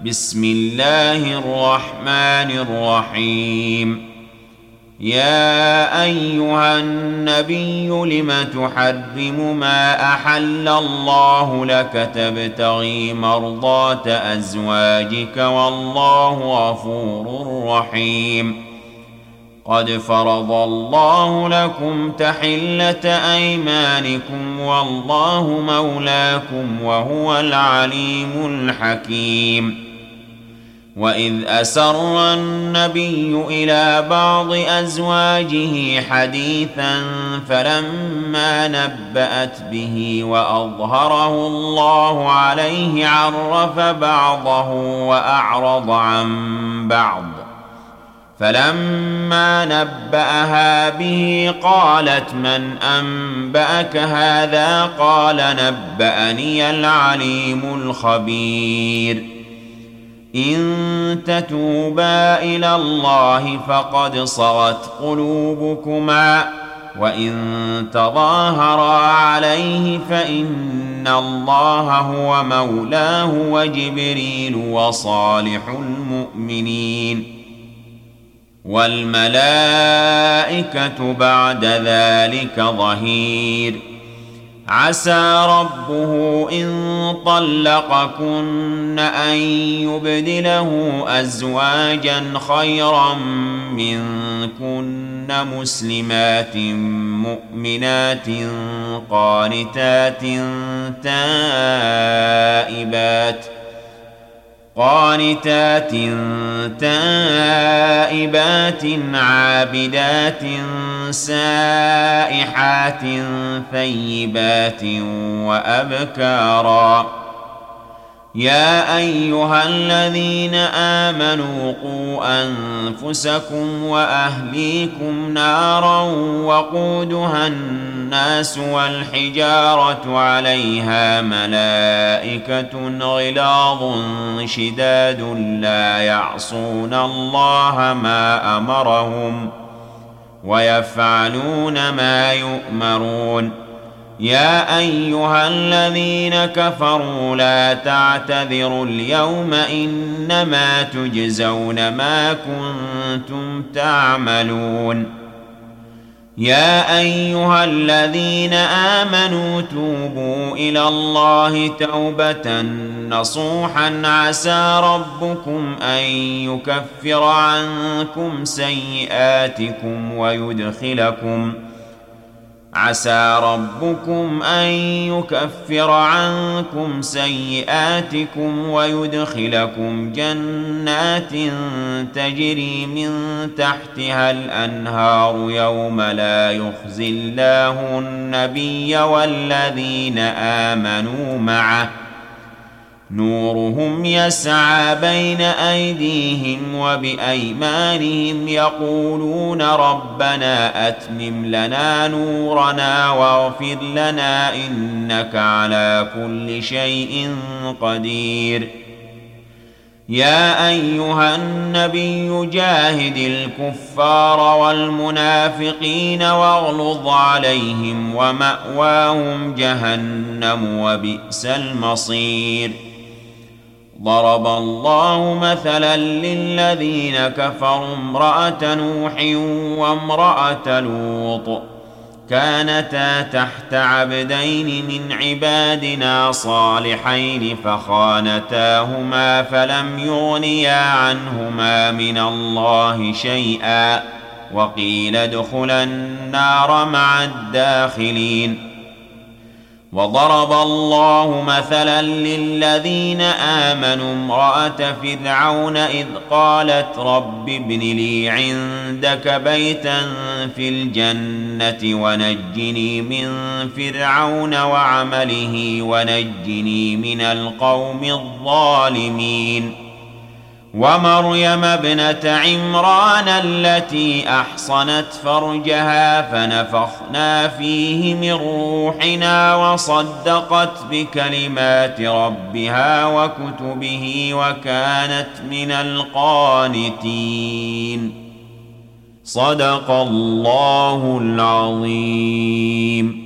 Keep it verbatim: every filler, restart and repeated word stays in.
بسم الله الرحمن الرحيم. يا أيها النبي لم تحرم ما أحل الله لك تبتغي مرضات أزواجك والله غفور رحيم. قد فرض الله لكم تحلة أيمانكم والله مولاكم وهو العليم الحكيم. وإذ أسر النبي إلى بعض أزواجه حديثا فلما نبأت به وأظهره الله عليه عرف بعضه وأعرض عن بعض، فلما نبأها به قالت من أنبأك هذا؟ قال نبأني العليم الخبير. إن تتوبا إلى الله فقد صغت قلوبكما وإن تظاهرا عليه فإن الله هو مولاه وجبريل وصالح المؤمنين والملائكة بعد ذلك ظهير. عسى ربه إن طلقكن أن يبدله أزواجا خيرا منكن مسلمات مؤمنات قانتات تائبات قانتات تائبات عابدات سائحات ثيبات وأبكارا. يا أيها الذين آمنوا قوا أنفسكم وأهليكم نارا وقودها الناس والحجارة عليها ملائكة غلاظ شداد لا يعصون الله ما أمرهم ويفعلون ما يؤمرون. يا أيها الذين كفروا لا تعتذروا اليوم إنما تجزون ما كنتم تعملون. يا أيها الذين آمنوا توبوا إلى الله توبة نصوحا عسى ربكم أن يكفر عنكم سيئاتكم ويدخلكم عسى ربكم أن يكفر عنكم سيئاتكم ويدخلكم جنات تجري من تحتها الأنهار يوم لا يخزي الله النبي والذين آمنوا معه نورهم يسعى بين أيديهم وبأيمانهم يقولون ربنا أتمم لنا نورنا واغفر لنا إنك على كل شيء قدير. يا أيها النبي جاهد الكفار والمنافقين واغلظ عليهم ومأواهم جهنم وبئس المصير. ضرب الله مثلا للذين كفروا امرأة نوح وامرأة لوط كانتا تحت عبدين من عبادنا صالحين فخانتاهما فلم يغنيا عنهما من الله شيئا وقيل ادخلا النار مع الداخلين. وضرب الله مثلا للذين آمنوا امرأة فرعون إذ قالت رب ابن لي عندك بيتا في الجنة ونجني من فرعون وعمله ونجني من القوم الظالمين. ومريم ابنة عمران التي أحصنت فرجها فنفخنا فيه من روحنا وصدقت بكلمات ربها وكتبه وكانت من القانتين. صدق الله العظيم.